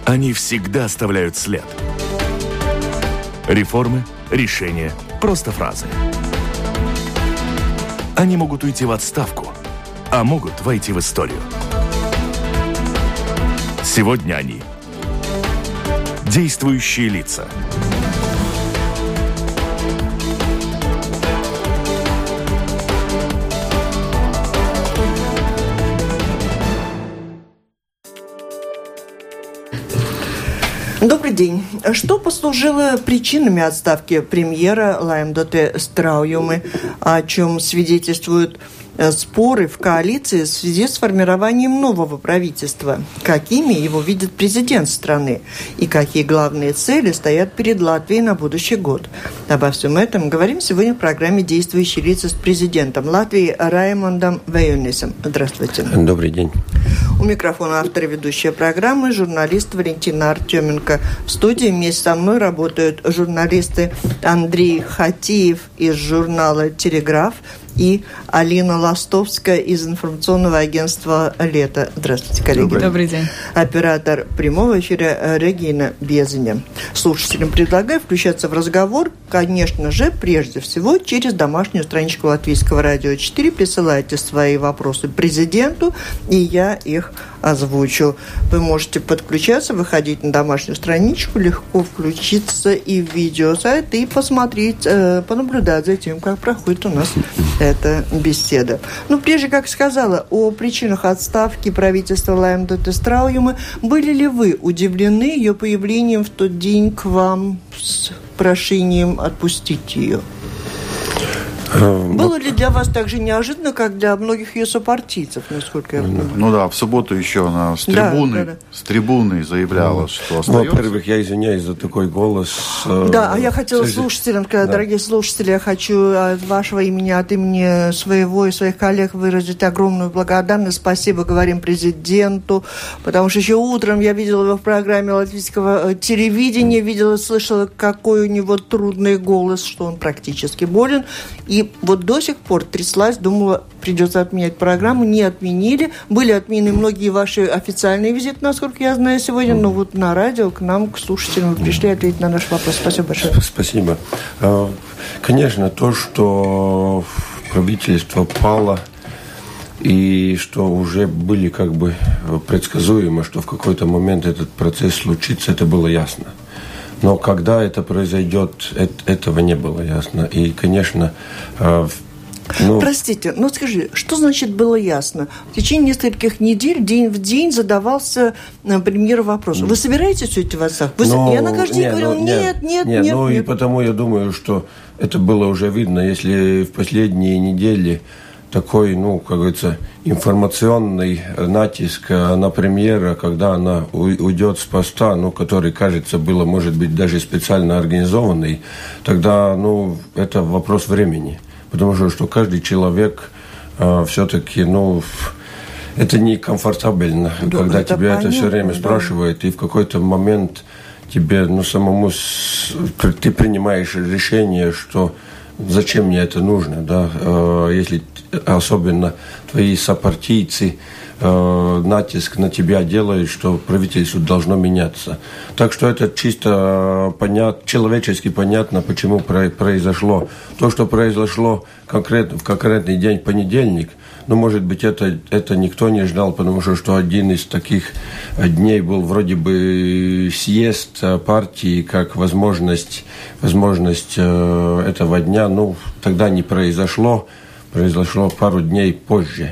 Они всегда оставляют след. Реформы, решения, просто фразы. Они могут уйти в отставку, а могут войти в историю. Сегодня они – действующие лица. Добрый день. Что послужило причинами отставки премьера Лаймдоте Страujumi, о чем свидетельствуют споры в коалиции в связи с формированием нового правительства? Какими его видит президент страны? И какие главные цели стоят перед Латвией на будущий год? Обо всем этом говорим сегодня в программе «Действующие лица» с президентом Латвии Раймондом Вейонисом. Здравствуйте. Добрый день. У микрофона автор и ведущая программы, журналист Валентина Артеменко. В студии вместе со мной работают журналисты Андрей Хатиев из журнала «Телеграф» и Алина Ластовская из информационного агентства «Лето». Здравствуйте, коллеги. Добрый день. Оператор прямого эфира Регина Безеня. Слушателям предлагаю включаться в разговор, конечно же, прежде всего, через домашнюю страничку Латвийского радио 4. Присылайте свои вопросы президенту, и я их озвучу. Вы можете подключаться, выходить на домашнюю страничку, легко включиться и в видеосайт, и посмотреть, понаблюдать за тем, как проходит у нас эта беседа. Ну, прежде, как сказала, о причинах отставки правительства Лаймдоте Страujumi, были ли вы удивлены ее появлением в тот день к вам с прошением отпустить ее? Было ли для вас так же неожиданно, как для многих ее сопартийцев, насколько я понимаю? Ну да, в субботу еще она с трибуны заявляла, что остается. Во-первых, я извиняюсь за такой голос. Да, а я хотела слушателям сказать, дорогие слушатели, я хочу от вашего имени, от имени своего и своих коллег выразить огромную благодарность. Спасибо, говорим президенту, потому что еще утром я видела его в программе латвийского телевидения, слышала, какой у него трудный голос, что он практически болен. И вот до сих пор тряслась, думала, придется отменять программу. Не отменили. Были отменены многие ваши официальные визиты, насколько я знаю, сегодня. Но вот на радио к нам, к слушателям, вы пришли ответить на наш вопрос. Спасибо большое. Спасибо. Конечно, то, что правительство пало, и что уже были как бы предсказуемо, что в какой-то момент этот процесс случится, это было ясно. Но когда это произойдет, этого не было ясно. И, конечно... Простите, но скажи, что значит было ясно? В течение нескольких недель, день в день задавался премьеру вопрос. Вы собираетесь уйти в отставку? Я на каждый день говорил, нет. И потому я думаю, что это было уже видно, если в последние недели такой, как говорится, информационный натиск на премьера, когда она уйдет с поста, который, кажется, было, может быть, даже специально организованный, тогда, это вопрос времени. Потому что каждый человек все-таки, это некомфортабельно, когда тебя это все время спрашивают, и в какой-то момент тебе, самому, ты принимаешь решение, что зачем мне это нужно, да, если особенно твои сопартийцы натиск на тебя делают, что правительство должно меняться. Так что это чисто человечески понятно, почему произошло. То, что произошло в конкретный день, понедельник, может быть, это никто не ждал, потому что один из таких дней был вроде бы съезд партии, как возможность этого дня. Тогда не произошло пару дней позже.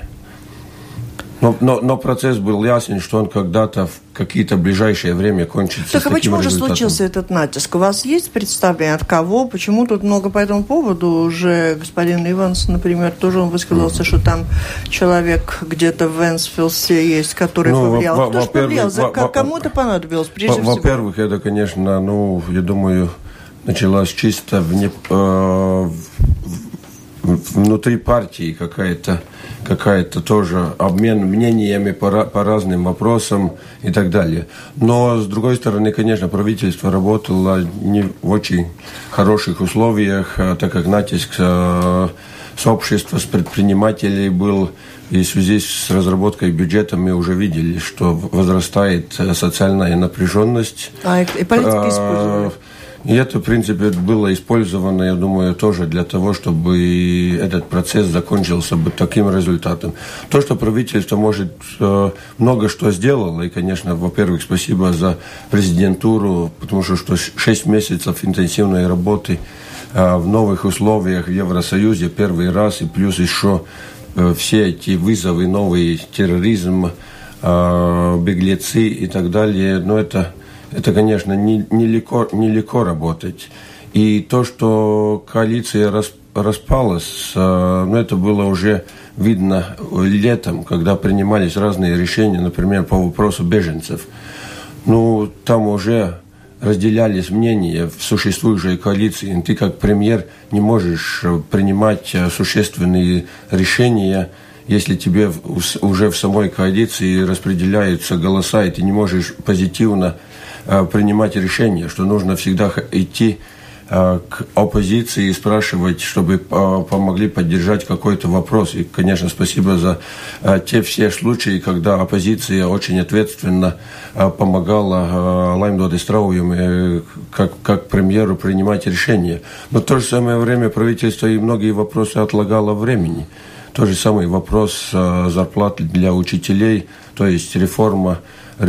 Но процесс был ясен, что он когда-то в какие-то ближайшее время кончится. Так, а почему же случился этот натиск? У вас есть представление, от кого? Почему тут много по этому поводу? Уже господин Иванс, например, тоже он высказался, что там человек где-то в Венспилсе есть, который повлиял. Кто же повлиял? Кому это понадобилось, прежде всего? Во-первых, это, конечно, я думаю, началась чисто внутри партии какая-то тоже обмен мнениями по разным вопросам и так далее. Но, с другой стороны, конечно, правительство работало не в очень хороших условиях, так как натиск сообщества с предпринимателей был И в связи с разработкой бюджета мы уже видели, что возрастает социальная напряженность. И политика использована. И это, в принципе, было использовано, я думаю, тоже для того, чтобы этот процесс закончился бы таким результатом. То, что правительство, может, много что сделало, и, конечно, во-первых, спасибо за президентуру, потому что 6 месяцев интенсивной работы в новых условиях в Евросоюзе первый раз, и плюс еще все эти вызовы, новый терроризм, беглецы и так далее, но это, конечно, нелегко работать. И то, что коалиция распалась, это было уже видно летом, когда принимались разные решения, например, по вопросу беженцев. Там уже разделялись мнения в существующей коалиции. Ты как премьер не можешь принимать существенные решения, если тебе уже в самой коалиции распределяются голоса, и ты не можешь позитивно принимать решения, что нужно всегда идти к оппозиции и спрашивать, чтобы помогли поддержать какой-то вопрос. И, конечно, спасибо за те все случаи, когда оппозиция очень ответственно помогала Лаймдоде Страуем как премьеру принимать решения. Но в то же самое время правительство и многие вопросы отлагало времени. Тот же самый вопрос зарплаты для учителей, то есть реформа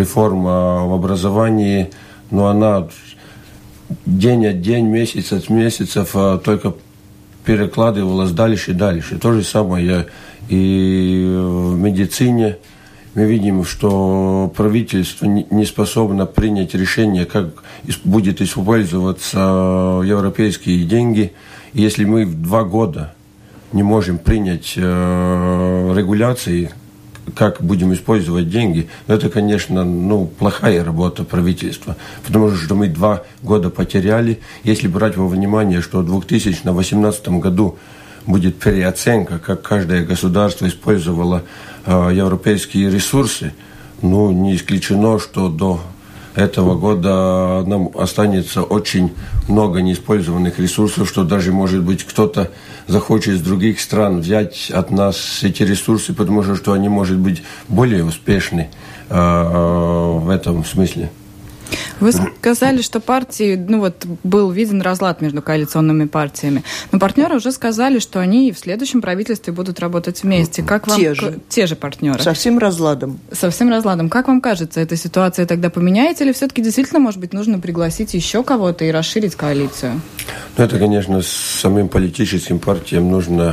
в образовании, но она день от дня, месяц от месяцев только перекладывалась дальше и дальше. То же самое и в медицине. Мы видим, что правительство не способно принять решение, как будет использоваться европейские деньги. И если мы в 2 года не можем принять регуляции, как будем использовать деньги, это, конечно, плохая работа правительства, потому что мы 2 года потеряли. Если брать во внимание, что в 2018 году будет переоценка, как каждое государство использовало европейские ресурсы, не исключено, что до этого года нам останется очень много неиспользованных ресурсов, что даже, может быть, кто-то захочет из других стран взять от нас эти ресурсы, потому что они, может быть, более успешны в этом смысле. Вы сказали, что партии, был виден разлад между коалиционными партиями. Но партнеры уже сказали, что они и в следующем правительстве будут работать вместе. Как вам те же партнеры? Со всем разладом. Как вам кажется, эта ситуация тогда поменяется, или все-таки действительно, может быть, нужно пригласить еще кого-то и расширить коалицию? Это, конечно, с самим политическим партиям нужно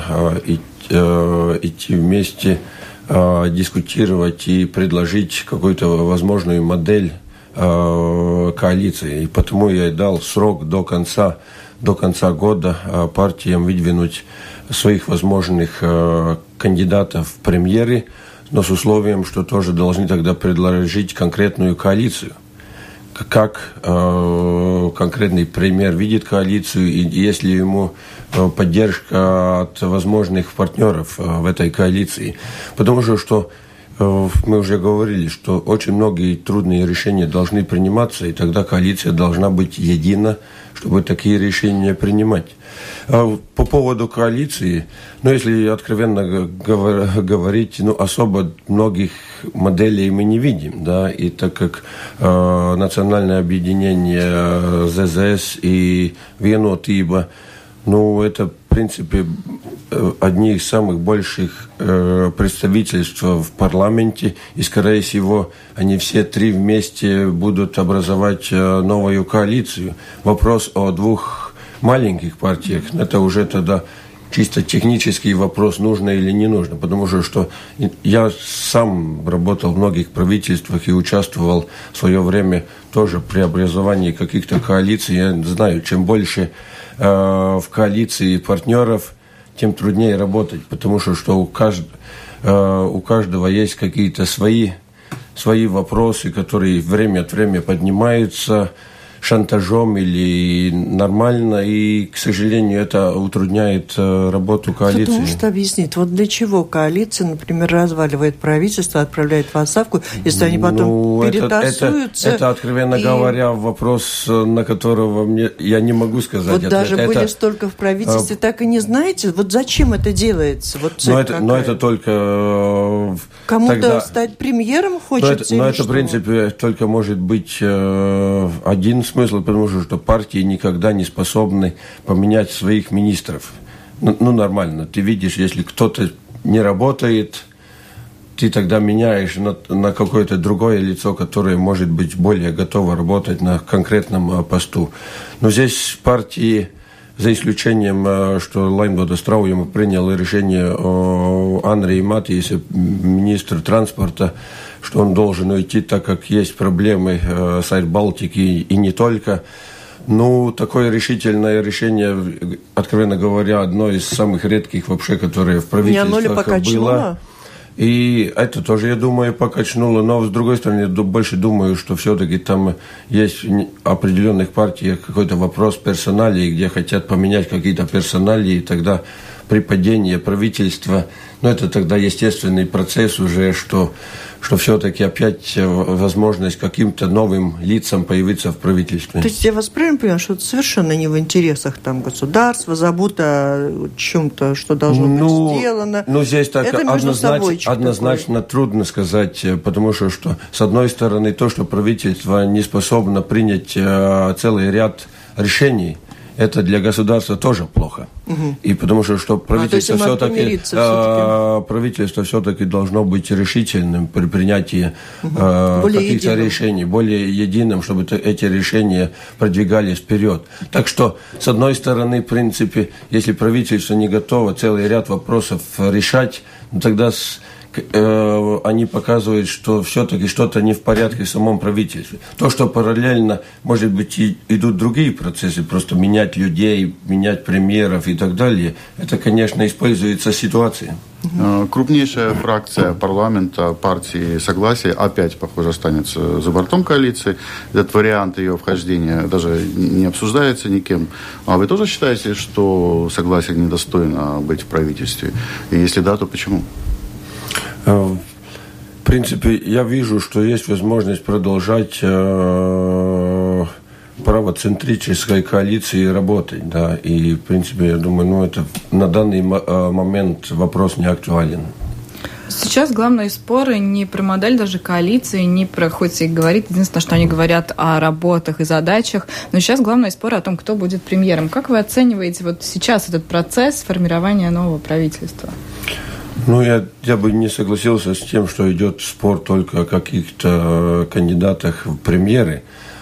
идти вместе, дискутировать и предложить какую-то возможную модель коалиции. И потому я и дал срок до конца года партиям выдвинуть своих возможных кандидатов в премьеры, но с условием, что тоже должны тогда предложить конкретную коалицию. Как конкретный премьер видит коалицию, и есть ли ему поддержка от возможных партнеров в этой коалиции. Потому что мы уже говорили, что очень многие трудные решения должны приниматься, и тогда коалиция должна быть едина, чтобы такие решения принимать. По поводу коалиции, если откровенно говорить, особо многих моделей мы не видим, да, и так как национальное объединение ЗЗС и Венотиба, это, в принципе, одни из самых больших представительств в парламенте, и, скорее всего, они все 3 вместе будут образовать новую коалицию. Вопрос о 2 маленьких партиях, это уже тогда чисто технический вопрос, нужно или не нужно, потому что я сам работал в многих правительствах и участвовал в свое время тоже при образовании каких-то коалиций. Я знаю, чем больше в коалиции партнеров, тем труднее работать, потому что у каждого есть какие-то свои вопросы, которые время от времени поднимаются, шантажом или нормально, и, к сожалению, это утрудняет работу коалиции. Кто может объяснить, вот для чего коалиция, например, разваливает правительство, отправляет в отставку, если они потом перетасуются? Это, откровенно говоря, вопрос, на которого я не могу сказать. Вот даже были столько в правительстве, так и не знаете, вот зачем это делается? Вот но это только... Кому-то тогда... стать премьером хочется? Но это, в принципе, только может быть один смысл, потому что партии никогда не способны поменять своих министров. Ну, нормально. Ты видишь, если кто-то не работает, ты тогда меняешь на какое-то другое лицо, которое может быть более готово работать на конкретном посту. Но здесь партии, за исключением, что Лаймбода Страуема принял решение о Анри Матиесе, министр транспорта, что он должен уйти, так как есть проблемы с Air Baltic и не только. Ну, такое решительное решение, откровенно говоря, одно из самых редких вообще, которое в правительствах было. И это тоже, я думаю, покачнуло. Но, с другой стороны, больше думаю, что все-таки там есть в определенных партиях какой-то вопрос персоналии, где хотят поменять какие-то персоналии, и тогда при падении правительства, ну, это тогда естественный процесс уже, что все-таки опять возможность каким-то новым лицам появиться в правительстве. То есть я вас правильно понимаю, что это совершенно не в интересах там государства, забота о чем-то, что должно быть сделано? Ну, здесь так однозначно трудно сказать, потому что, с одной стороны, то, что правительство не способно принять целый ряд решений, это для государства тоже плохо. Угу. И потому что правительство все-таки должно быть решительным при принятии каких-то решений, более единым, чтобы эти решения продвигались вперед. Так что, с одной стороны, в принципе, если правительство не готово целый ряд вопросов решать, тогда они показывают, что все-таки что-то не в порядке в самом правительстве. То, что параллельно, может быть, идут другие процессы, просто менять людей, менять премьеров и так далее, это, конечно, используется ситуация. Крупнейшая фракция парламента партии «Согласие» опять, похоже, останется за бортом коалиции. Этот вариант ее вхождения даже не обсуждается никем. А вы тоже считаете, что «Согласие» недостойно быть в правительстве? И если да, то почему? В принципе, я вижу, что есть возможность продолжать правоцентрической коалиции работать, да, и, в принципе, я думаю, это на данный момент вопрос не актуален. Сейчас главные споры не про модель даже коалиции, не про, хоть и говорит, единственное, что они говорят о работах и задачах, но сейчас главные споры о том, кто будет премьером. Как вы оцениваете вот сейчас этот процесс формирования нового правительства? Ну, я бы не согласился с тем, что идет спор только о каких-то кандидатах в премьеры,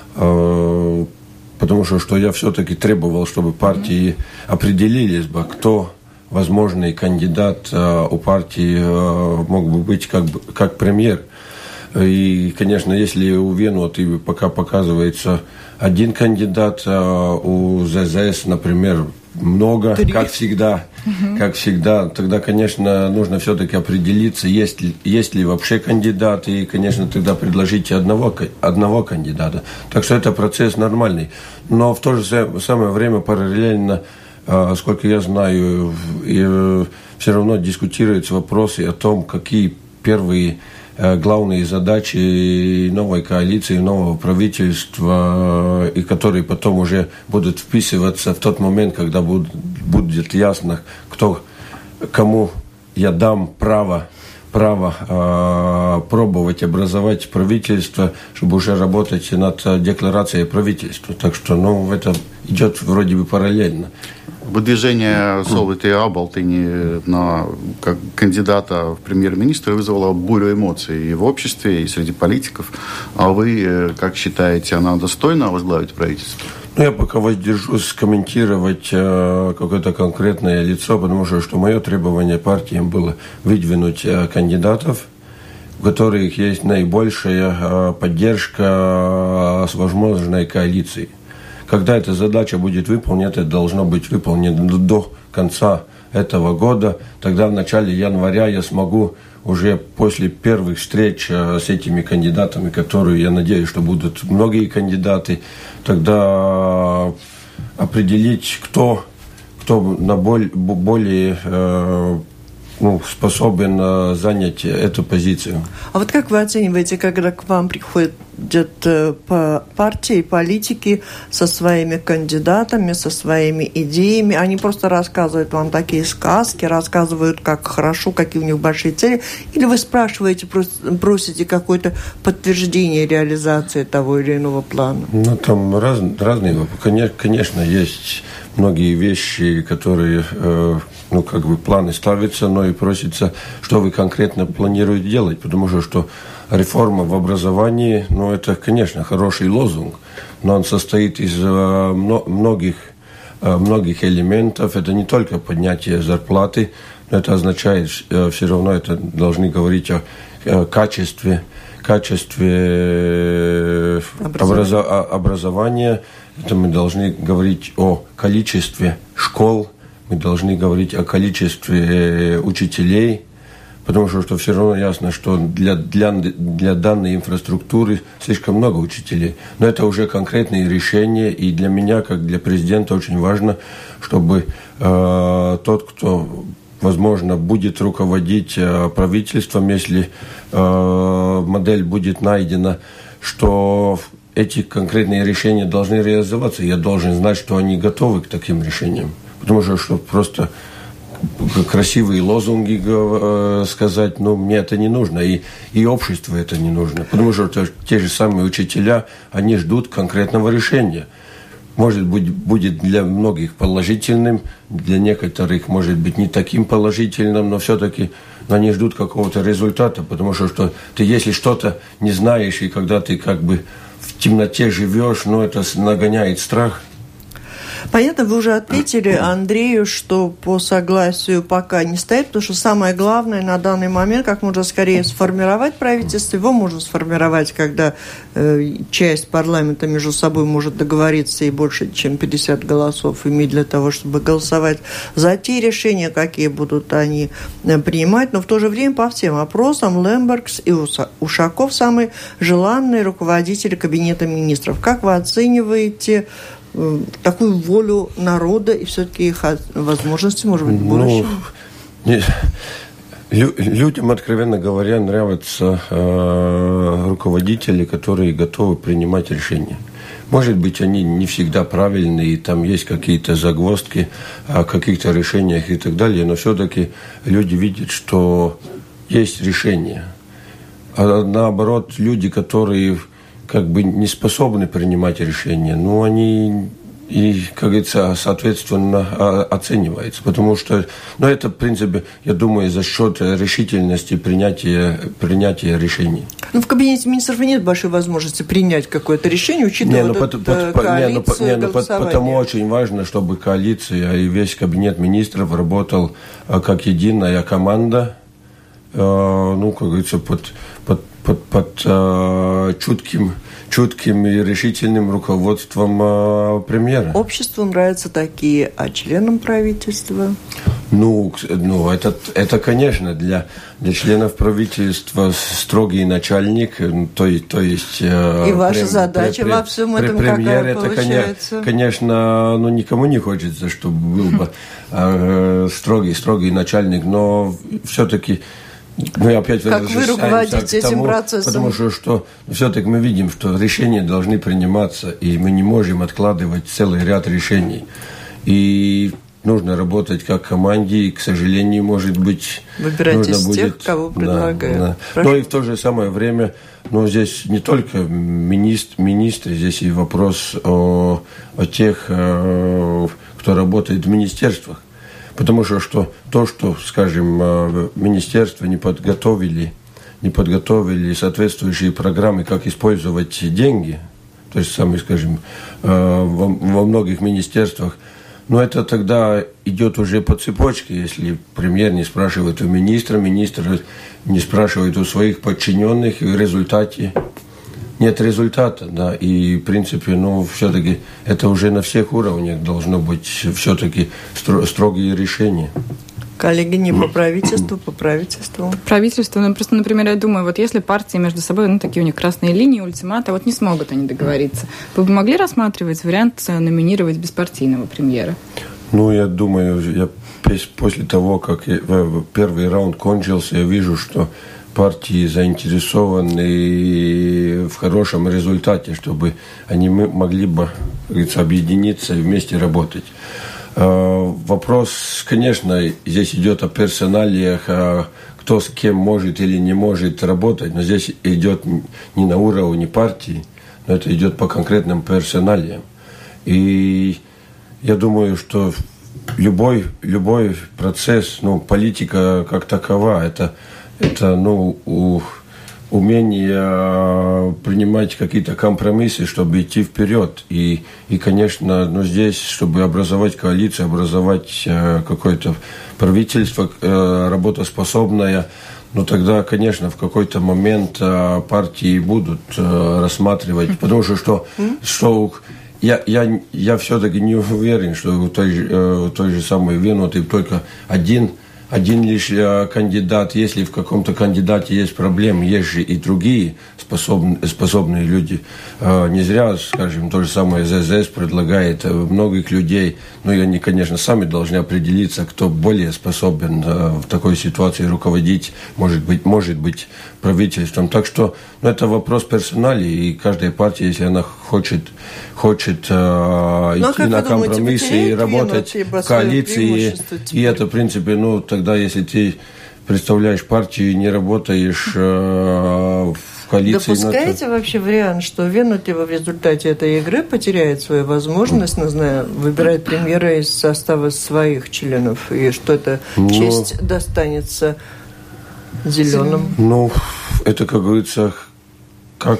потому что я все-таки требовал, чтобы партии определились бы, кто возможный кандидат у партии мог бы быть как премьер. И, конечно, если у Венуоты пока показывается один кандидат, у ЗЗС, например, много, как всегда, тогда, конечно, нужно все-таки определиться, есть ли вообще кандидат, и, конечно, тогда предложите одного кандидата. Так что это процесс нормальный. Но в то же самое время параллельно, сколько я знаю, все равно дискутируются вопросы о том, какие первые главные задачи новой коалиции, нового правительства, и которые потом уже будут вписываться в тот момент, когда будет ясно, кому я дам право пробовать образовать правительство, чтобы уже работать над декларацией правительства. Так что, это идет вроде бы параллельно. Выдвижение Солвиты Абалтыни как кандидата в премьер-министра вызвало бурю эмоций и в обществе, и среди политиков. А вы, как считаете, она достойна возглавить правительство? Я пока воздержусь комментировать какое-то конкретное лицо, потому что мое требование партиям было выдвинуть кандидатов, у которых есть наибольшая поддержка с возможной коалицией. Когда эта задача будет выполнена, это должно быть выполнено до конца этого года. Тогда в начале января я смогу уже после первых встреч с этими кандидатами, которые, я надеюсь, что будут многие кандидаты, тогда определить, кто на более способен занять эту позицию. А вот как вы оцениваете, когда к вам приходят партии, политики со своими кандидатами, со своими идеями? Они просто рассказывают вам такие сказки, рассказывают, как хорошо, какие у них большие цели? Или вы спрашиваете, просите какое-то подтверждение реализации того или иного плана? Ну, там разные. Конечно, есть многие вещи, которые, планы ставятся, но и просится, что вы конкретно планируете делать, потому что реформа в образовании, это, конечно, хороший лозунг, но он состоит из многих элементов. Это не только поднятие зарплаты, но это означает, все равно это должны говорить о качестве образования. Это мы должны говорить о количестве школ, мы должны говорить о количестве учителей, потому что все равно ясно, что для данной инфраструктуры слишком много учителей. Но это уже конкретные решения, и для меня, как для президента, очень важно, чтобы тот, кто, возможно, будет руководить правительством, если модель будет найдена, что эти конкретные решения должны реализоваться. Я должен знать, что они готовы к таким решениям. Потому что просто красивые лозунги сказать, мне это не нужно, и обществу это не нужно. Потому что те же самые учителя, они ждут конкретного решения. Может быть, будет для многих положительным, для некоторых, может быть, не таким положительным, но все-таки они ждут какого-то результата, потому что ты, если что-то не знаешь, и когда ты в темноте живешь, это нагоняет страх. Понятно, вы уже ответили Андрею, что по согласию пока не стоит, потому что самое главное на данный момент, как можно скорее сформировать правительство. Его можно сформировать, когда часть парламента между собой может договориться и больше, чем 50 голосов иметь для того, чтобы голосовать за те решения, какие будут они принимать. Но в то же время по всем опросам Лембергс и Ушаков самые желанные руководители кабинета министров. Как вы оцениваете такую волю народа и все-таки их возможности, может быть, в будущем? Людям, откровенно говоря, нравятся руководители, которые готовы принимать решения. Может быть, они не всегда правильные, и там есть какие-то загвоздки о каких-то решениях и так далее, но все-таки люди видят, что есть решения. А наоборот, люди, которые не способны принимать решения, они и, как говорится, соответственно оцениваются. Потому что, это, в принципе, я думаю, за счет решительности принятия решений. В кабинете министров нет большой возможности принять какое-то решение, учитывая коалицию, голосование. Потому очень важно, чтобы коалиция и весь кабинет министров работал как единая команда, как говорится, под чутким и решительным руководством премьера. Обществу нравятся такие, а членам правительства? Это, конечно, для членов правительства строгий начальник, то есть и ваша задача во всем этом какая получается? Это, конечно, никому не хочется, чтобы был бы строгий начальник, но все-таки мы опять как вы руководите этим процессом? Потому что все-таки мы видим, что решения должны приниматься, и мы не можем откладывать целый ряд решений. И нужно работать как команде, и, к сожалению, может быть... Выбирать из тех, кого предлагают. Да. Но и в то же самое время, здесь не только министры, здесь и вопрос о тех, кто работает в министерствах. Потому что скажем, министерства не подготовили соответствующие программы, как использовать деньги, то есть, скажем, во многих министерствах, это тогда идет уже по цепочке, если премьер не спрашивает у министра, министр не спрашивает у своих подчиненных, и в результате нет результата, да, и, в принципе, все-таки это уже на всех уровнях должно быть все-таки строгие решения. Коллеги, не по правительству, по правительству. По правительству, ну, просто, например, я думаю, вот если партии между собой, ну, такие у них красные линии, ультиматы, вот не смогут они договориться, вы бы могли рассматривать вариант номинировать беспартийного премьера? Ну, я думаю, после того, как первый раунд кончился, я вижу, что партии заинтересованы в хорошем результате, чтобы они могли бы, как говорится, объединиться и вместе работать. Вопрос, конечно, здесь идет о персоналиях, кто с кем может или не может работать, но здесь идет не на уровне партии, но это идет по конкретным персоналиям. И я думаю, что любой процесс, ну, политика как такова, это умение принимать какие-то компромиссы, чтобы идти вперед. И конечно, здесь, чтобы образовать коалицию, образовать какое-то правительство работоспособное, тогда, конечно, в какой-то момент партии будут рассматривать, потому что я все-таки не уверен, что в той же самой Венуте только один лишь кандидат. Если в каком-то кандидате есть проблемы, есть же и другие способные люди. Не зря, скажем, то же самое ЗЗС предлагает многих людей. Но и они, конечно, сами должны определиться, кто более способен в такой ситуации руководить, может быть правительством. Так что это вопрос персонали, и каждая партия, если она хочет идти на компромиссы и работать в коалиции, и это, в принципе, тогда, если ты представляешь партию и не работаешь в коалиции... Допускаете вообще вариант, что Венуте в результате этой игры потеряет свою возможность, выбирать премьера из состава своих членов, и что эта честь достанется зеленым? Это, как говорится, как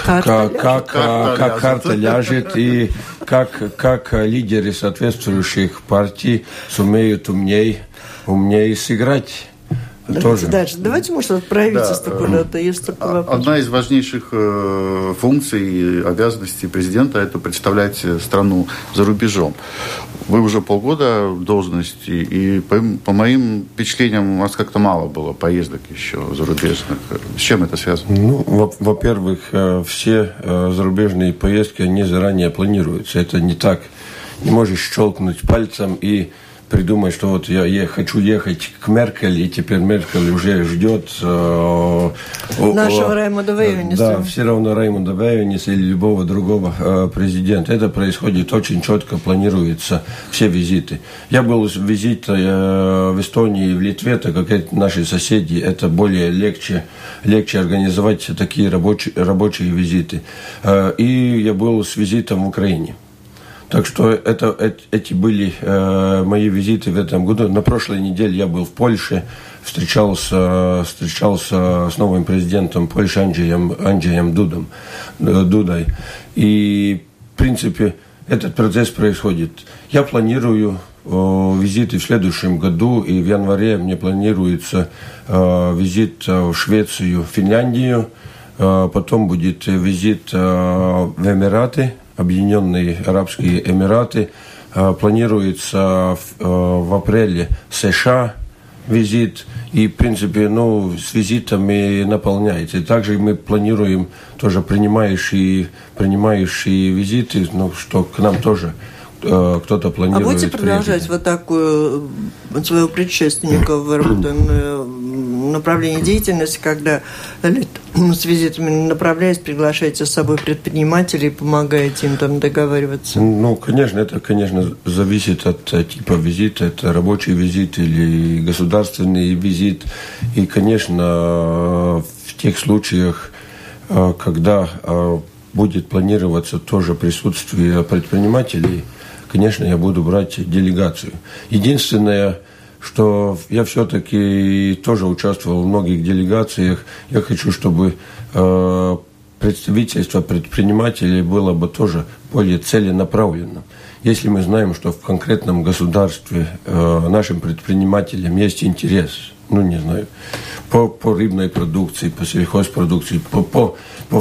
карта ляжет, и как лидеры соответствующих партий сумеют умнее сыграть. Тоже. Дальше. Давайте, может, правительство куда-то, есть такой вопрос. Одна из важнейших функций и обязанностей президента – это представлять страну за рубежом. Вы уже полгода в должности, и по моим впечатлениям у вас как-то мало было поездок еще зарубежных. С чем это связано? Во-первых, все зарубежные поездки, они заранее планируются. Это не так. Не можешь щелкнуть пальцем и придумать, что вот я хочу ехать к Меркель, и теперь Меркель уже ждет нашего Раймонда Вейвенеса. Да, все равно Раймонда Вейвенеса или любого другого президента. Это происходит очень четко, планируется все визиты. Я был в визите в Эстонии и в Литве, так как наши соседи, это более легче организовать такие рабочие визиты. И я был с визитом в Украине. Так что эти были мои визиты в этом году. На прошлой неделе я был в Польше, встречался с новым президентом Польши Анджеем Дудой. И, в принципе, этот процесс происходит. Я планирую визиты в следующем году, и в январе мне планируется визит в Швецию, Финляндию, потом будет визит в Эмираты, Объединенные Арабские Эмираты. Планируется в апреле США визит. И, в принципе, с визитами наполняется. И также мы планируем тоже принимающие визиты, что к нам тоже кто-то планирует. А будете продолжать вот такую своего предшественника в направлении деятельности, когда с визитами направляясь, приглашаете с собой предпринимателей, помогаете им там договариваться? Конечно, это, зависит от типа визита, это рабочий визит или государственный визит. И, конечно, в тех случаях, когда будет планироваться тоже присутствие предпринимателей, конечно, я буду брать делегацию. Единственное, что я все-таки тоже участвовал в многих делегациях. Я хочу, чтобы представительство предпринимателей было бы тоже более целенаправленным. Если мы знаем, что в конкретном государстве нашим предпринимателям есть интерес, не знаю, по рыбной продукции, по сельхозпродукции, по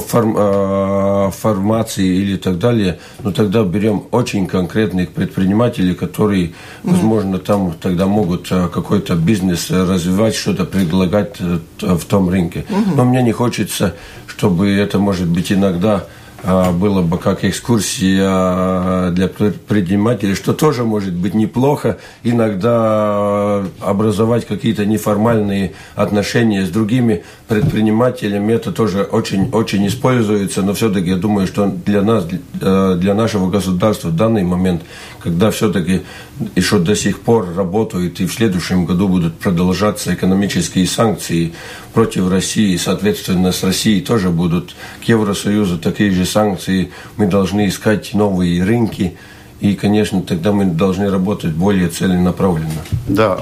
фармации или так далее, но тогда берем очень конкретных предпринимателей, которые, возможно, там тогда могут какой-то бизнес развивать, что-то предлагать в том рынке. Но мне не хочется, чтобы это, может быть, иногда было бы как экскурсия для предпринимателей, что тоже может быть неплохо, иногда образовать какие-то неформальные отношения с другими предпринимателями, это тоже очень используется, но все-таки я думаю, что для нас, для нашего государства в данный момент, когда все-таки еще до сих пор работают и в следующем году будут продолжаться экономические санкции против России, соответственно, с Россией тоже будут к Евросоюзу такие же санкции, мы должны искать новые рынки, и, конечно, тогда мы должны работать более целенаправленно. Да.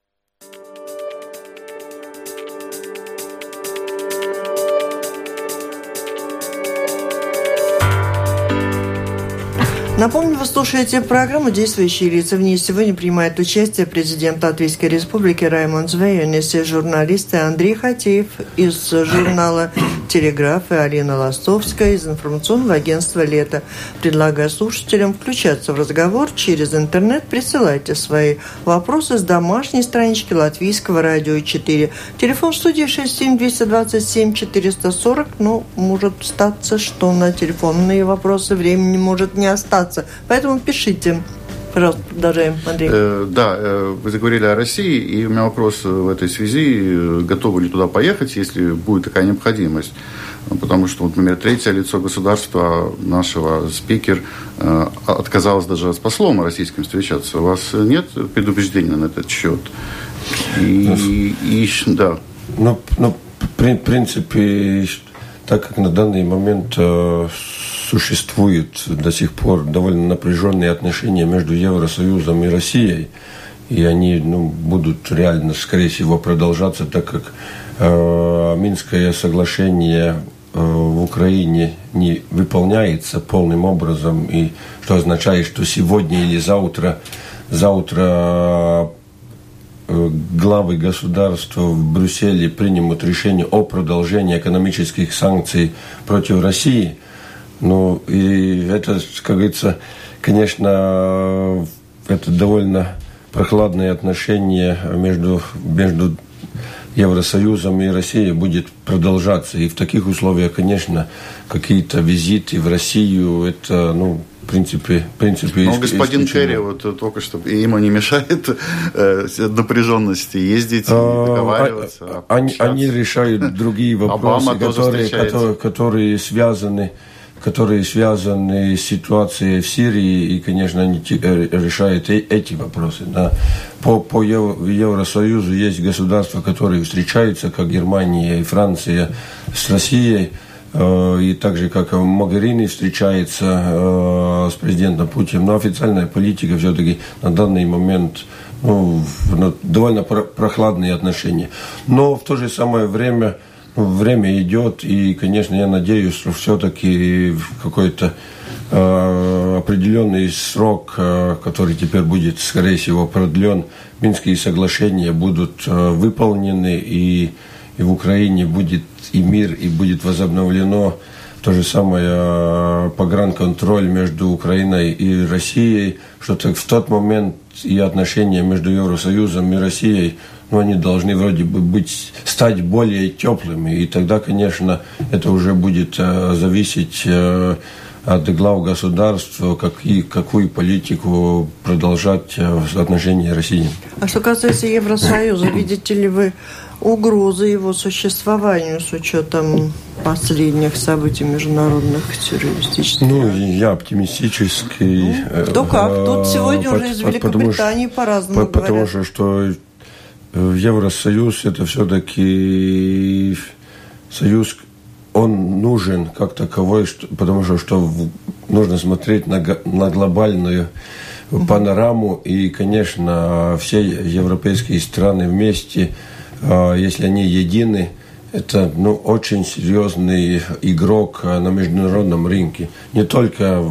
Напомню, вы слушаете программу «Действующие лица». В ней сегодня принимает участие президент Латвийской Республики Раймондс Вейонис и журналисты Андрей Хатеев из журнала «Телеграф» и Алина Ластовская из информационного агентства «Лето». Предлагаю слушателям включаться в разговор через интернет. Присылайте свои вопросы с домашней странички Латвийского радио 4. Телефон студии 67-227-440. Может статься, что на телефонные вопросы времени может не остаться. Поэтому пишите. Пожалуйста, продолжаем, Андрей. Да, вы заговорили о России, и у меня вопрос в этой связи. Готовы ли туда поехать, если будет такая необходимость? Потому что, например, третье лицо государства нашего спикер отказалось даже с послом российским встречаться. У вас нет предубеждения на этот счет? Да. В принципе, так как на данный момент существуют до сих пор довольно напряженные отношения между Евросоюзом и Россией, и они будут реально, скорее всего, продолжаться, так как Минское соглашение в Украине не выполняется полным образом, и что означает, что сегодня или завтра главы государства в Брюсселе примут решение о продолжении экономических санкций против России. И это, как говорится, конечно, это довольно прохладные отношения между Евросоюзом и Россией будет продолжаться. И в таких условиях, конечно, какие-то визиты в Россию, это, в принципе... Но господин Керри только что ему не мешает напряженности ездить, договариваться. Они решают другие вопросы, которые связаны с ситуацией в Сирии, и, конечно, они решают эти вопросы. Да. По Евросоюзу есть государства, которые встречаются, как Германия и Франция, с Россией, и так же, как Могерини встречается с президентом Путиным. Но официальная политика все-таки на данный момент довольно прохладные отношения. Но в то же самое время идет, и, конечно, я надеюсь, что все-таки какой-то определенный срок, который теперь будет, скорее всего, продлен, Минские соглашения будут выполнены, и в Украине будет и мир, и будет возобновлено то же самое погранконтроль между Украиной и Россией, что в тот момент и отношения между Евросоюзом и Россией, они должны вроде бы стать более теплыми. И тогда, конечно, это уже будет зависеть от глав государств, какую политику продолжать в отношении России. А что касается Евросоюза, видите ли вы угрозы его существованию с учетом последних событий международных террористических? Я оптимистический. Кто как. Тут сегодня уже из Великобритании по-разному говорят. Потому что Евросоюз – это все-таки союз, он нужен как таковой, потому что нужно смотреть на глобальную панораму, и, конечно, все европейские страны вместе, если они едины, это очень серьезный игрок на международном рынке. Не только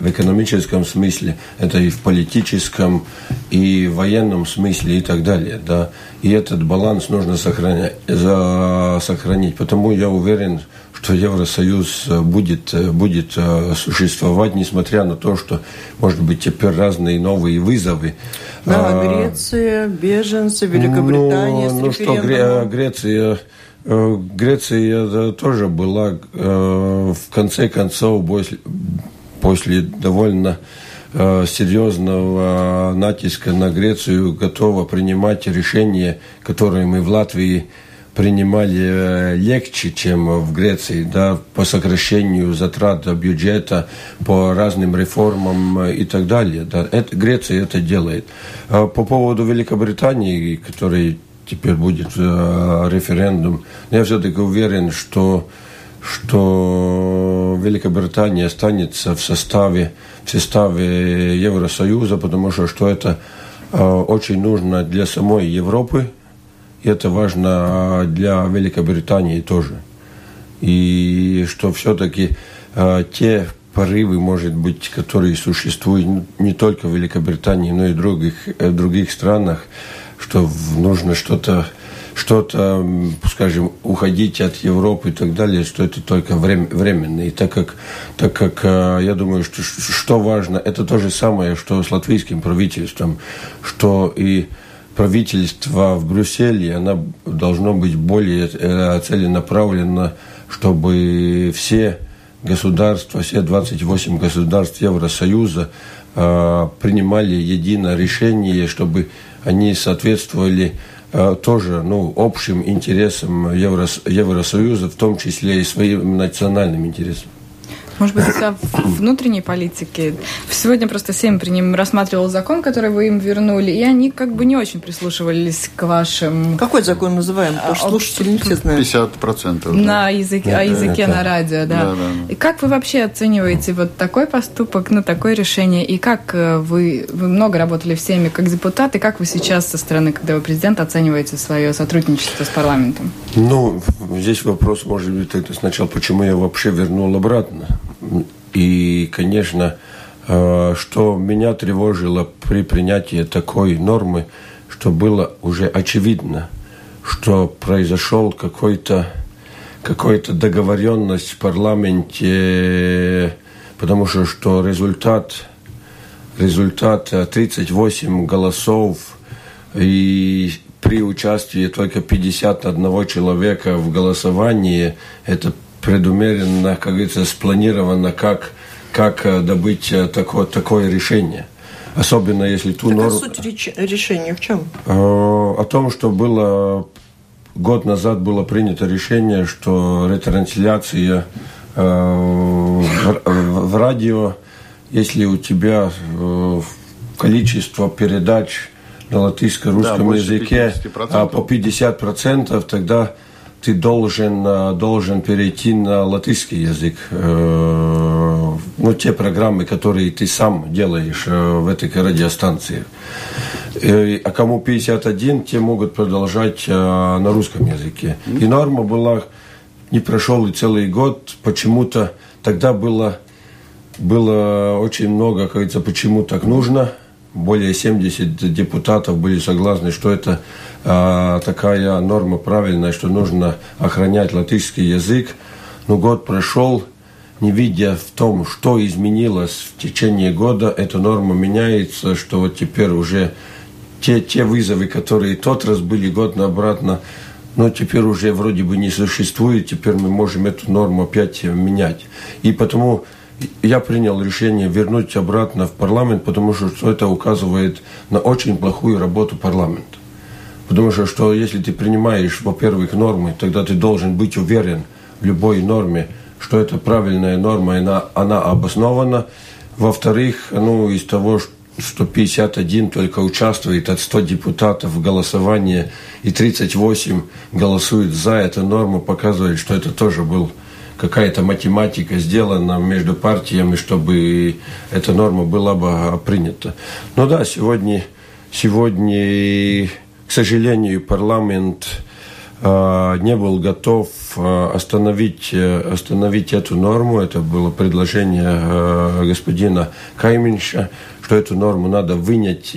в экономическом смысле, это и в политическом, и в военном смысле и так далее. Да. И этот баланс нужно сохранить. Потому я уверен, что Евросоюз будет существовать, несмотря на то, что, может быть, теперь разные новые вызовы. Да, Греция, беженцы, Великобритания с референдумом. Греция тоже была, в конце концов, после довольно серьезного натиска на Грецию, готова принимать решения, которые мы в Латвии принимали легче, чем в Греции, да, по сокращению затрат бюджета, по разным реформам и так далее. Да. Греция это делает. По поводу Великобритании, который теперь будет референдум, я все-таки уверен, что Великобритания останется в составе Евросоюза, потому что это очень нужно для самой Европы, и это важно для Великобритании тоже. И что все-таки те порывы, может быть, которые существуют не только в Великобритании, но и в других странах, что нужно что-то, скажем, уходить от Европы и так далее, что это только временно. И так как я думаю, что важно, это то же самое, что с латвийским правительством, что и правительство в Брюсселе, оно должно быть более целенаправленно, чтобы все государства, все 28 государств Евросоюза принимали единое решение, чтобы они соответствовали тоже общим интересам Евросоюза, в том числе и своим национальным интересам. Может быть, о внутренней политике. Сегодня просто Сейм рассматривал закон, который вы им вернули, и они как бы не очень прислушивались к вашим... Какой закон называем? Потому что слушатели не все знают. 50%. На языке на радио, да. И как вы вообще оцениваете вот такой поступок, такое решение? И как вы много работали в Сейме как депутат, и как вы сейчас со стороны, когда вы президент, оцениваете свое сотрудничество с парламентом? Здесь вопрос, может быть, сначала, почему я вообще вернул обратно. И, конечно, что меня тревожило при принятии такой нормы, что было уже очевидно, что произошел какой-то договоренность в парламенте, потому что результат 38 голосов и при участии только 51 человека в голосовании, это предумеренно, как говорится, спланировано, как добыть такое решение. Особенно если ту норму... Суть решения в чем? О том, что год назад было принято решение, что ретрансляция в радио, если у тебя количество передач на латышско-русском языке по 50%, тогда ты должен перейти на латышский язык. Те программы, которые ты сам делаешь в этой радиостанции. А кому 51, те могут продолжать на русском языке. И норма была, не прошел и целый год, почему-то тогда было очень много, как говорится, почему так нужно. Более 70 депутатов были согласны, что это такая норма правильная, что нужно охранять латышский язык. Но год прошел, не видя в том, что изменилось в течение года, эта норма меняется, что вот теперь уже те вызовы, которые тот раз были год обратно, но теперь уже вроде бы не существует, теперь мы можем эту норму опять менять. И потому я принял решение вернуть обратно в парламент, потому что это указывает на очень плохую работу парламента. Потому что если ты принимаешь, во-первых, нормы, тогда ты должен быть уверен в любой норме, что это правильная норма, и она обоснована. Во-вторых, из того, что 51 только участвует от 100 депутатов в голосовании, и 38 голосуют за эту норму, показывает, что это тоже был какая-то математика сделана между партиями, чтобы эта норма была бы принята. Но да, сегодня, к сожалению, парламент не был готов остановить эту норму. Это было предложение господина Кайминша, что эту норму надо вынять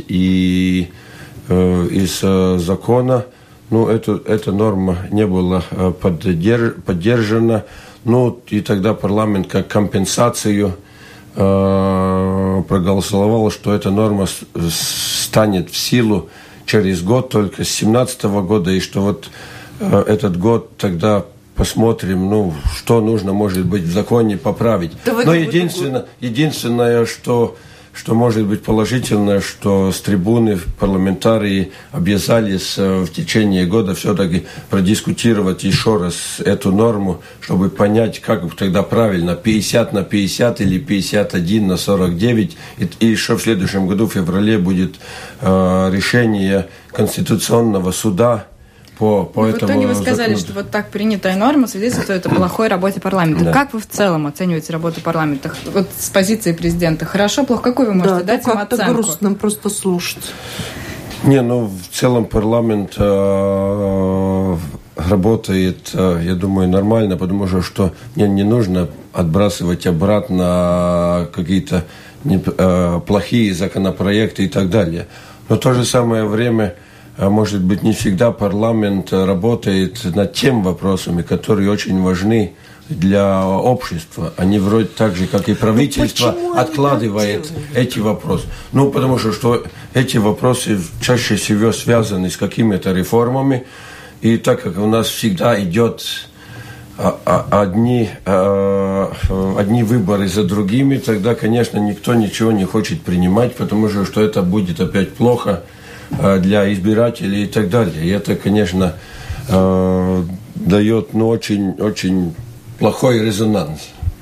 из закона. Эта норма не была поддержана. И тогда парламент как компенсацию проголосовал, что эта норма станет в силу через год, только с 2017 года, и что этот год тогда посмотрим, что нужно, может быть, в законе поправить. Но единственное, что может быть положительно, что с трибуны парламентарии обязались в течение года все-таки продискутировать еще раз эту норму, чтобы понять, как тогда правильно, 50/50 или 51/49. И еще в следующем году, в феврале, будет решение Конституционного суда по этому в итоге вы сказали, что так принятая норма свидетельствует о плохой работе парламента. Да. Как вы в целом оцениваете работу парламента? С позиции президента. Хорошо, плохо? Какую вы можете дать им оценку? Как-то грустно просто слушать. В целом парламент работает, я думаю, нормально, потому что не нужно отбрасывать обратно какие-то плохие законопроекты и так далее. Но в то же самое время, может быть, не всегда парламент работает над теми вопросами, которые очень важны для общества. Они вроде так же, как и правительство, откладывает эти вопросы. Потому что эти вопросы чаще всего связаны с какими-то реформами. И так как у нас всегда идет одни выборы за другими, тогда, конечно, никто ничего не хочет принимать, потому что это будет опять плохо для избирателей и так далее. И это, конечно, дает очень плохой резонанс.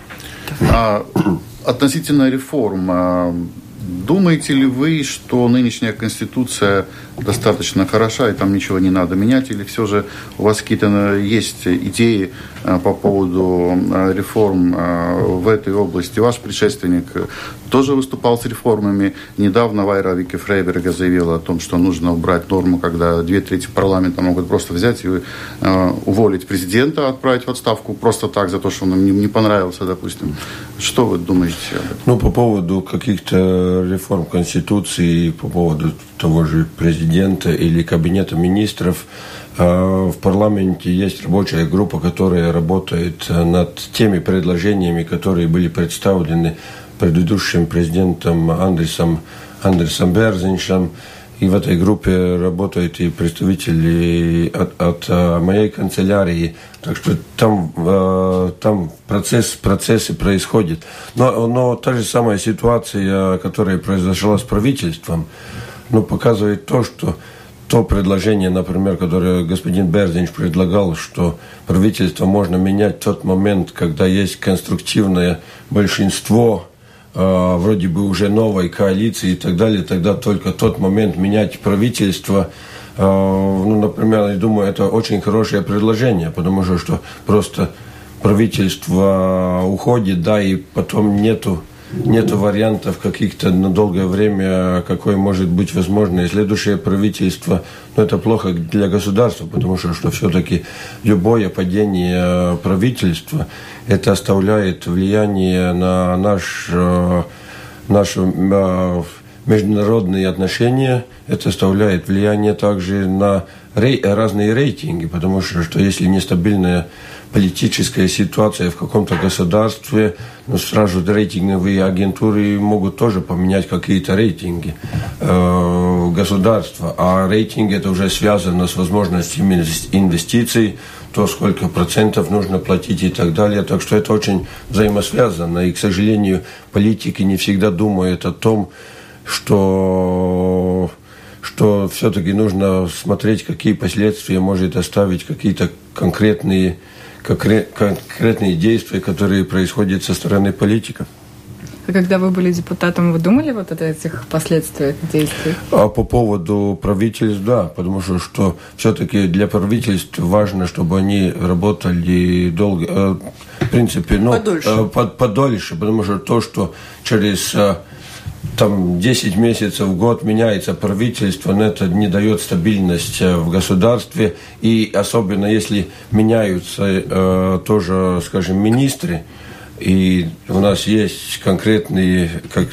Относительно реформ, думаете ли вы, что нынешняя Конституция достаточно хороша и там ничего не надо менять, или все же у вас какие-то есть идеи по поводу реформ в этой области? Ваш предшественник тоже выступал с реформами. Недавно Вайра Вики Фрейберга заявила о том, что нужно убрать норму, когда 2/3 парламента могут просто взять и уволить президента, отправить в отставку просто так, за то, что он им не понравился, допустим. Что вы думаете об этом? По поводу каких-то реформ Конституции, по поводу того же президента или кабинета министров, в парламенте есть рабочая группа, которая работает над теми предложениями, которые были представлены предыдущим президентом Андерсом Берзиншем. И в этой группе работают и представители от моей канцелярии. Так что там процессы происходят. Но та же самая ситуация, которая произошла с правительством, показывает то, что то предложение, например, которое господин Берзинш предлагал, что правительство можно менять в тот момент, когда есть конструктивное большинство, вроде бы уже новой коалиции и так далее, тогда только тот момент менять правительство. Например, я думаю, это очень хорошее предложение, потому что просто правительство уходит, и потом нету вариантов каких-то на долгое время, какое может быть возможно. И следующее правительство, это плохо для государства, потому что все-таки любое падение правительства, это оставляет влияние на наши международные отношения, это оставляет влияние также на разные рейтинги, потому что если нестабильная политическая ситуация в каком-то государстве, сразу рейтинговые агентуры могут тоже поменять какие-то рейтинги государства. А рейтинг это уже связано с возможностями инвестиций, то сколько процентов нужно платить и так далее. Так что это очень взаимосвязано. И, к сожалению, политики не всегда думают о том, что все-таки нужно смотреть, какие последствия может оставить какие-то конкретные действия, которые происходят со стороны политиков. А когда вы были депутатом, вы думали о этих последствиях действий? А по поводу правительств, да, потому что все-таки для правительств важно, чтобы они работали долго, в принципе, подольше, потому что то, что через там 10 месяцев в год меняется правительство, но это не дает стабильность в государстве. И особенно если меняются тоже, скажем, министры, и у нас есть конкретные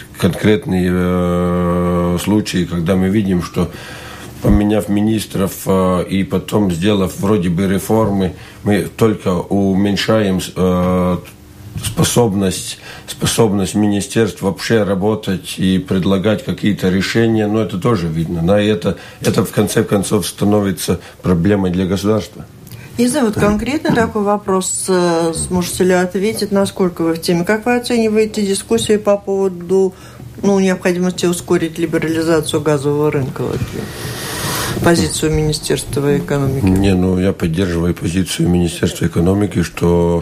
случаи, когда мы видим, что поменяв министров и потом сделав вроде бы реформы, мы только уменьшаем способность министерств вообще работать и предлагать какие-то решения, но это тоже видно. Да, и это в конце концов становится проблемой для государства. Не знаю, вот конкретно такой вопрос, сможете ли ответить, насколько вы в теме. Как вы оцениваете дискуссии по поводу необходимости ускорить либерализацию газового рынка в Латвии? Позицию Министерства экономики? Я поддерживаю позицию Министерства экономики, что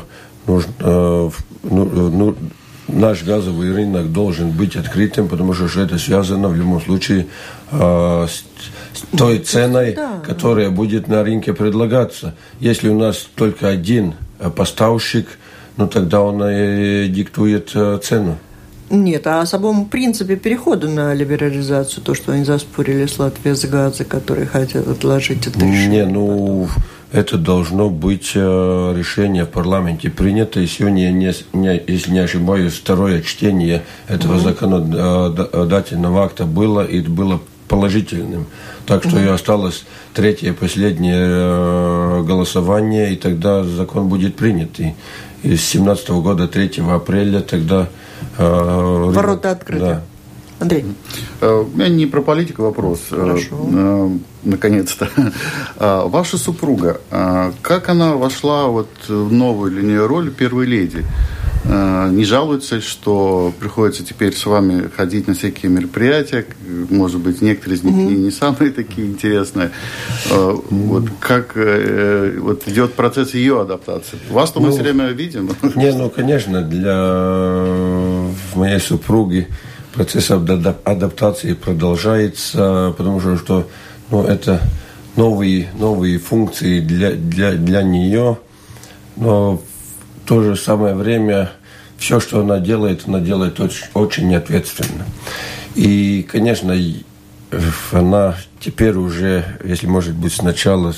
наш газовый рынок должен быть открытым, потому что это связано в любом случае с той ценой, которая будет на рынке предлагаться. Если у нас только один поставщик, тогда он и диктует цену. Нет, о самом принципе перехода на либерализацию, то, что они заспорили с Латвией с газа, которые хотят отложить это решение. Это должно быть решение в парламенте принято. И сегодня, если не ошибаюсь, второе чтение этого законодательного акта было, и было положительным. Так что и осталось третье, последнее голосование, и тогда закон будет принят. И с 2017 года, 3 апреля, тогда... Ворота открыты. Да. Андрей. У меня не про политику вопрос. Хорошо. Наконец-то. Ваша супруга, как она вошла в новую для нее роль первой леди? Не жалуется, что приходится теперь с вами ходить на всякие мероприятия? Может быть, некоторые из них не самые такие интересные. Как идет процесс ее адаптации? Вас-то мы все время видим. Конечно, для моей супруги процесс адаптации продолжается, потому что это новые функции для нее, но в то же самое время все, что она делает очень ответственно. И, конечно, она теперь уже, если, может быть, сначала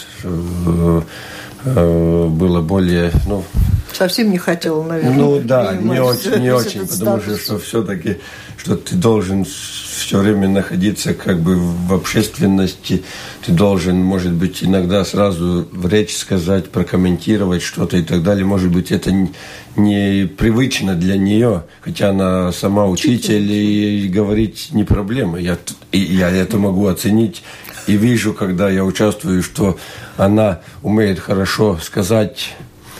было более... Совсем не хотела, наверное. Не очень, потому что все-таки, что ты должен все время находиться в общественности, ты должен, может быть, иногда сразу в речь сказать, прокомментировать что-то и так далее. Может быть, это непривычно для нее, хотя она сама учитель, и говорить не проблема. Я это могу оценить и вижу, когда я участвую, что она умеет хорошо сказать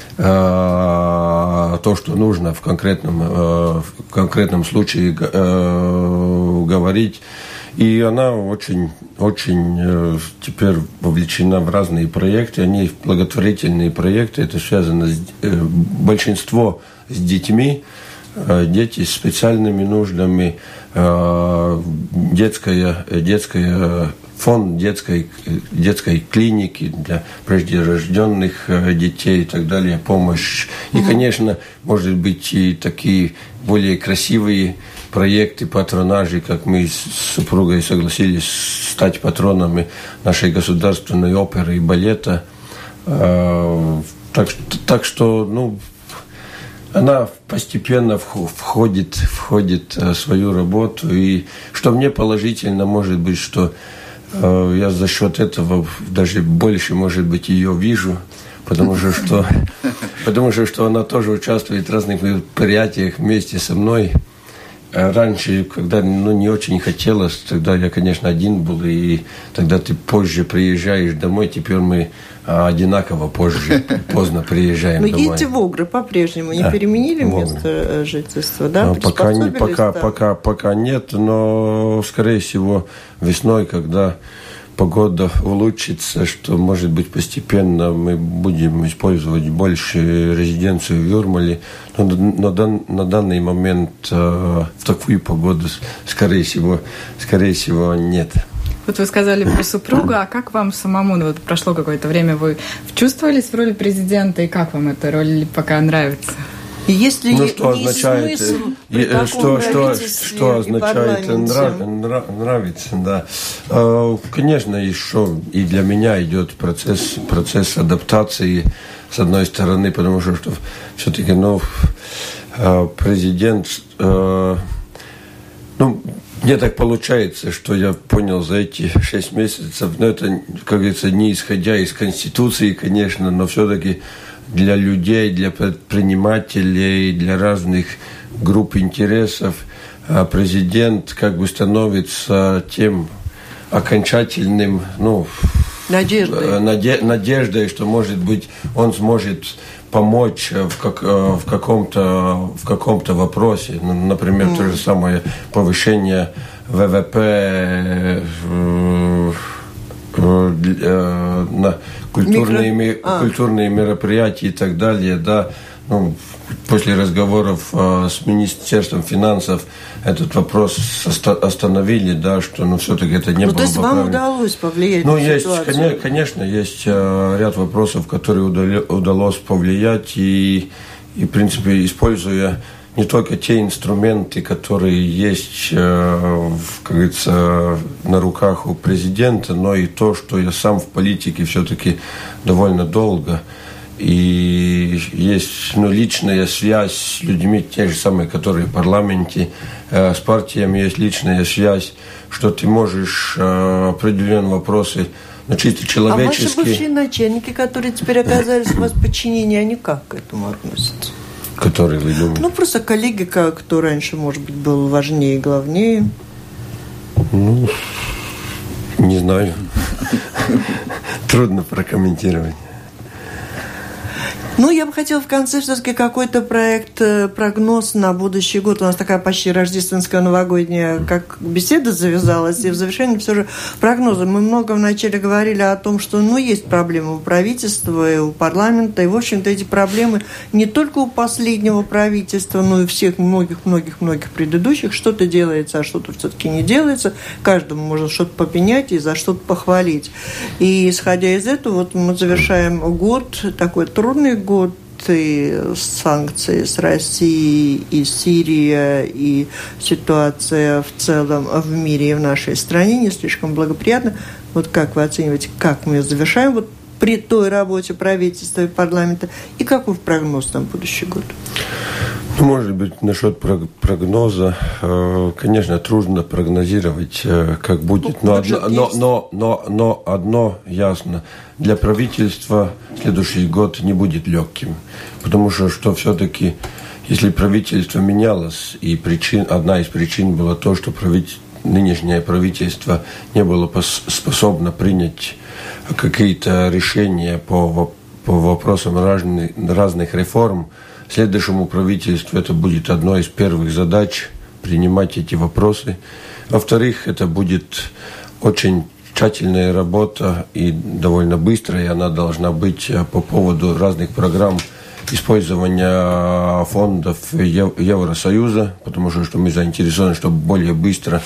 то, что нужно в конкретном случае говорить. И она очень теперь вовлечена в разные проекты. Они благотворительные проекты. Это связано большинство с детьми. Дети с специальными нуждами, фонд детской клиники для преждерожденных детей и так далее, помощь. И, конечно, может быть, и такие более красивые проекты патронажи, как мы с супругой согласились стать патронами нашей государственной оперы и балета. Так что, она постепенно входит в свою работу. И что мне положительно, может быть, что я за счет этого даже больше, может быть, ее вижу, потому что она тоже участвует в разных мероприятиях вместе со мной. Раньше, когда не очень хотелось, тогда я, конечно, один был, и тогда ты позже приезжаешь домой, теперь мы одинаково поздно приезжаем домой. Но едете в Огры по-прежнему, не переменили место жительства, да? Пока нет, но, скорее всего, весной, когда погода улучшится, что, может быть, постепенно мы будем использовать больше резиденцию в Юрмале, но на данный момент в такую погоду, скорее всего, нет. Вот вы сказали про супругу, а как вам самому, прошло какое-то время, вы чувствовались в роли президента, и как вам эта роль пока нравится? Если что означает, что означает нравится, да. Конечно, еще и для меня идет процесс адаптации, с одной стороны, потому что все-таки, президент, мне так получается, что я понял за эти 6 месяцев, это, как говорится, не исходя из Конституции, конечно, но все-таки для людей, для предпринимателей, для разных групп интересов президент как бы становится тем окончательным, надеждой, что, может быть, он сможет помочь в каком-то вопросе. Например, то же самое повышение ВВП на культурные мероприятия и так далее, да. После разговоров с Министерством финансов этот вопрос остановили, да, что все-таки это не было бы то есть вам удалось повлиять на ситуацию? Конечно, есть ряд вопросов, которые удалось повлиять, и в принципе, используя не только те инструменты, которые есть, как говорится, на руках у президента, но и то, что я сам в политике все-таки довольно долго. И есть личная связь с людьми, те же самые, которые в парламенте, с партиями есть личная связь, что ты можешь определенные вопросы, чисто человеческие. А ваши бывшие начальники, которые теперь оказались в вас в подчинении, они как к этому относятся? Которые вы думаете? Просто коллеги, кто раньше, может быть, был важнее и главнее. Не знаю. Трудно прокомментировать. Я бы хотела в конце все-таки какой-то прогноз на будущий год. У нас такая почти рождественская новогодняя как беседа завязалась. И в завершении все же прогнозы. Мы много вначале говорили о том, что есть проблемы у правительства и у парламента. И, в общем-то, эти проблемы не только у последнего правительства, но и всех многих-многих-многих предыдущих. Что-то делается, а что-то все-таки не делается. Каждому можно что-то попенять и за что-то похвалить. И, исходя из этого, мы завершаем год, такой трудный год, и санкции с Россией, и Сирия, и ситуация в целом в мире и в нашей стране не слишком благоприятна. Как вы оцениваете, как мы ее завершаем при той работе правительства и парламента, и какой прогноз на будущий год? Может быть, насчет прогноза, конечно, трудно прогнозировать, как будет, но одно ясно. Для правительства следующий год не будет легким, потому что все-таки, если правительство менялось, и одна из причин была то, что нынешнее правительство не было способно принять какие-то решения по вопросам разных реформ, следующему правительству это будет одной из первых задач принимать эти вопросы. Во-вторых, это будет очень тщательная работа и довольно быстрая, и она должна быть по поводу разных программ использования фондов Евросоюза, потому что мы заинтересованы, чтобы более быстро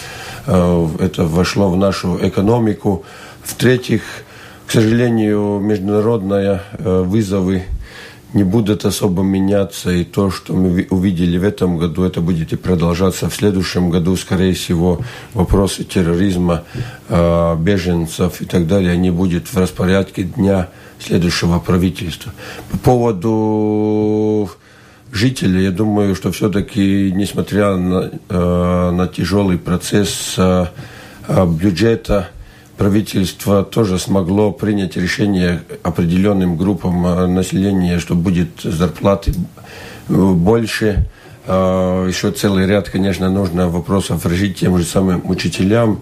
это вошло в нашу экономику. В-третьих, к сожалению, международные вызовы не будут особо меняться, и то, что мы увидели в этом году, это будет и продолжаться в следующем году. Скорее всего, вопросы терроризма, беженцев и так далее, они будут в распорядке дня следующего правительства. По поводу жителей, я думаю, что все-таки, несмотря на тяжелый процесс бюджета, правительство тоже смогло принять решение определенным группам населения, что будет зарплаты больше. Еще целый ряд, конечно, нужно вопросов решить тем же самым учителям.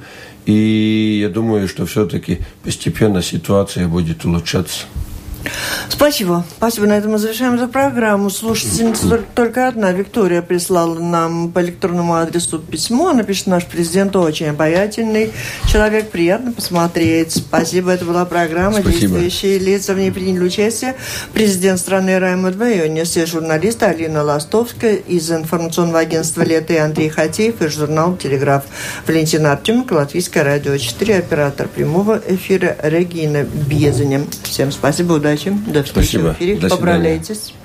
И я думаю, что все-таки постепенно ситуация будет улучшаться. Спасибо. Спасибо. На этом мы завершаем эту программу. Слушательница только одна, Виктория, прислала нам по электронному адресу письмо. Она пишет: наш президент очень обаятельный человек, приятно посмотреть. Спасибо. Это была программа. Спасибо. Действующие лица в ней приняли участие. Президент страны Раймонд Байонис, все журналисты Алина Ластовская из информационного агентства «Лето» и Андрей Хатеев из журнала «Телеграф». Валентина Артеменко, Латвийское радио 4, оператор прямого эфира Регина Безеня. Всем спасибо, удачи. До встречи в эфире. Поправляйтесь.